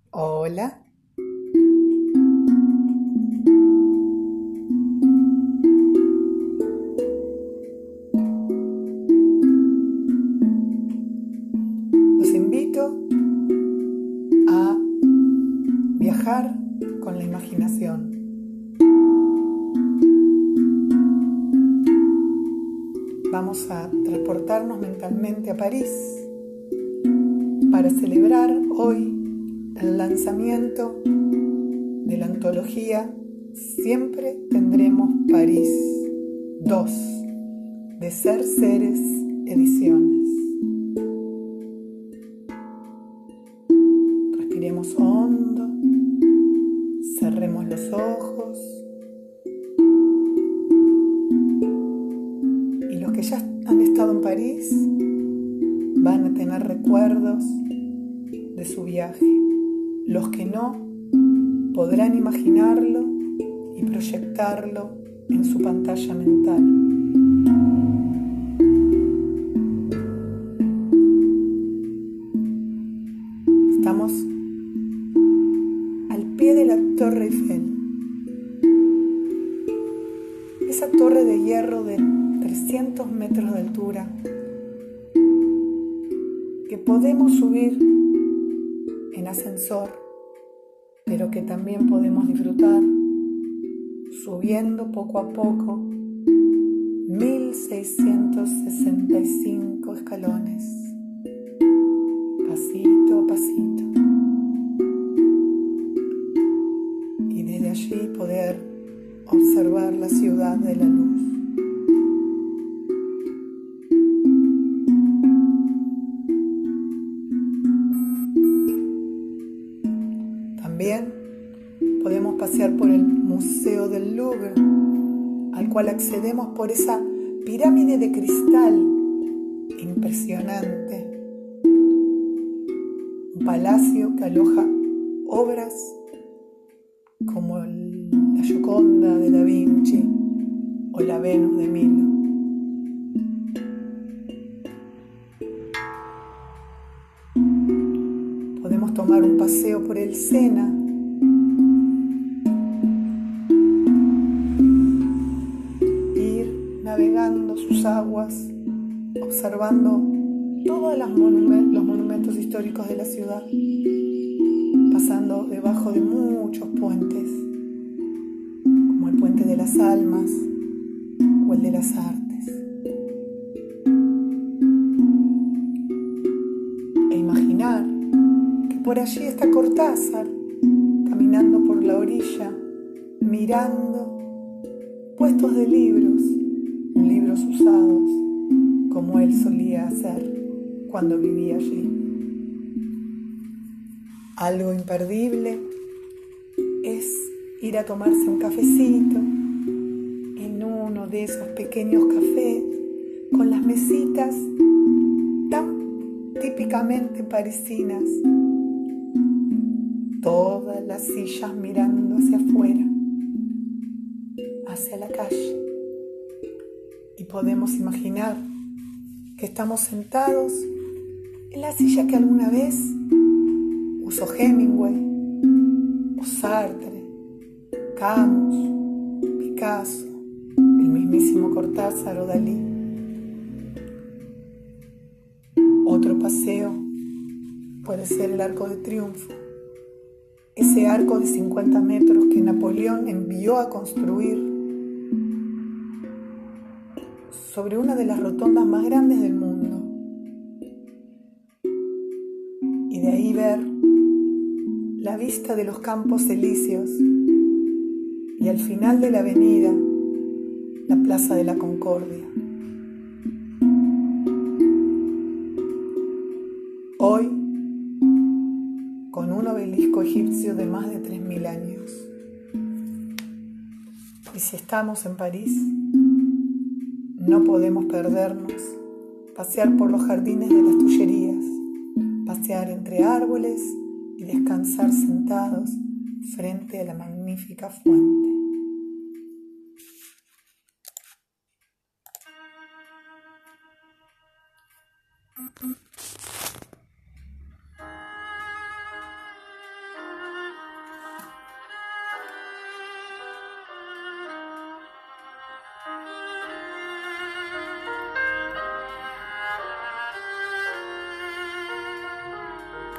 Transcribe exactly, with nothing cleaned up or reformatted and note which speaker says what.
Speaker 1: Hola. Los invito a viajar con la imaginación. Vamos a transportarnos mentalmente a París para celebrar hoy el lanzamiento de la antología Siempre Tendremos París dos de Ser Seres Ediciones. Respiremos hondo, cerremos los ojos y los que ya han estado en París van a tener recuerdos de su viaje. Los que no podrán imaginarlo y proyectarlo en su pantalla mental. Estamos al pie de la Torre Eiffel. Esa torre de hierro de trescientos metros de altura que podemos subir en ascensor, pero que también podemos disfrutar subiendo poco a poco mil seiscientos sesenta y cinco escalones, pasito a pasito, y desde allí poder observar la ciudad de la luz. También podemos pasear por el Museo del Louvre, al cual accedemos por esa pirámide de cristal impresionante. Un palacio que aloja obras como la Gioconda de Da Vinci o la Venus de Milo. Podemos tomar un paseo por el Sena, ir navegando sus aguas, observando todos los monumentos, los monumentos históricos de la ciudad, pasando debajo de muchos puentes, como el Puente de las Almas o el de las Artes. E imaginar por allí está Cortázar, caminando por la orilla, mirando puestos de libros, libros usados, como él solía hacer cuando vivía allí. Algo imperdible es ir a tomarse un cafecito en uno de esos pequeños cafés con las mesitas tan típicamente parisinas, todas las sillas mirando hacia afuera, hacia la calle, y podemos imaginar que estamos sentados en la silla que alguna vez usó Hemingway, o Sartre, Camus, Picasso, el mismísimo Cortázar o Dalí. Otro paseo puede ser el Arco de Triunfo, ese arco de cincuenta metros que Napoleón envió a construir sobre una de las rotondas más grandes del mundo, y de ahí ver la vista de los Campos Elíseos y al final de la avenida la Plaza de la Concordia. Hoy, con un obelisco egipcio de más de tres mil años. Y si estamos en París, no podemos perdernos pasear por los jardines de las Tullerías, pasear entre árboles y descansar sentados frente a la magnífica fuente. Mm-hmm.